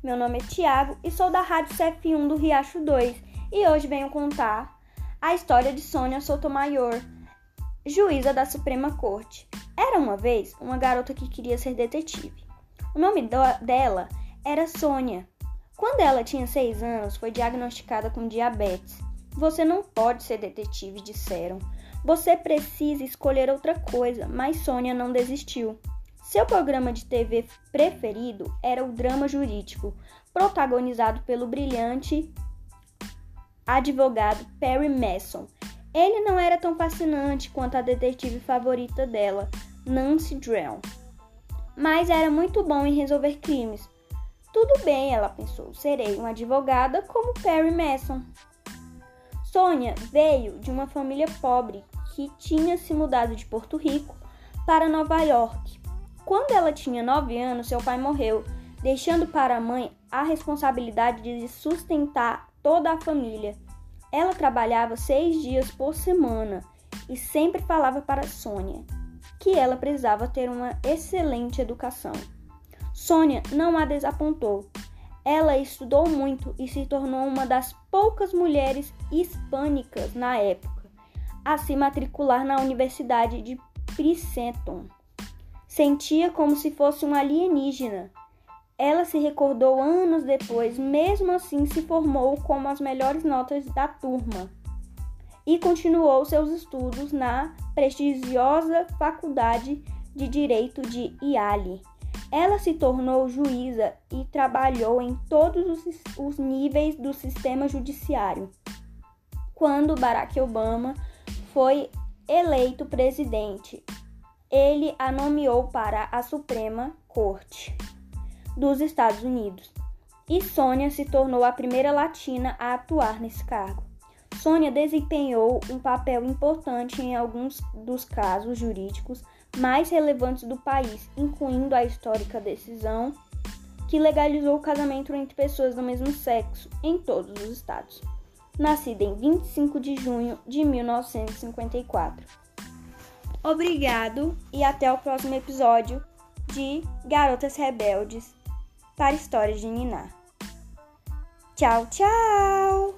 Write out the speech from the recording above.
Meu nome é Tiago e sou da Rádio CF1 do Riacho 2 e hoje venho contar a história de Sônia Sotomayor, juíza da Suprema Corte. Era uma vez uma garota que queria ser detetive. O nome dela era Sônia. Quando ela tinha 6 anos, foi diagnosticada com diabetes. Você não pode ser detetive, disseram. Você precisa escolher outra coisa, mas Sônia não desistiu. Seu programa de TV preferido era o drama jurídico, protagonizado pelo brilhante advogado Perry Mason. Ele não era tão fascinante quanto a detetive favorita dela, Nancy Drew, mas era muito bom em resolver crimes. Tudo bem, ela pensou, serei uma advogada como Perry Mason. Sônia veio de uma família pobre que tinha se mudado de Porto Rico para Nova York. Quando ela tinha 9 anos, seu pai morreu, deixando para a mãe a responsabilidade de sustentar toda a família. Ela trabalhava 6 dias por semana e sempre falava para Sônia que ela precisava ter uma excelente educação. Sônia não a desapontou. Ela estudou muito e se tornou uma das poucas mulheres hispânicas na época a se matricular na Universidade de Princeton. Sentia como se fosse uma alienígena. Ela se recordou anos depois, mesmo assim se formou com as melhores notas da turma e continuou seus estudos na prestigiosa Faculdade de Direito de Yale. Ela se tornou juíza e trabalhou em todos os níveis do sistema judiciário. Quando Barack Obama foi eleito presidente, ele a nomeou para a Suprema Corte dos Estados Unidos e Sônia se tornou a primeira latina a atuar nesse cargo. Sônia desempenhou um papel importante em alguns dos casos jurídicos mais relevantes do país, incluindo a histórica decisão que legalizou o casamento entre pessoas do mesmo sexo em todos os estados. Nascida em 25 de junho de 1954. Obrigado e até o próximo episódio de Garotas Rebeldes para Histórias de Niná. Tchau, tchau!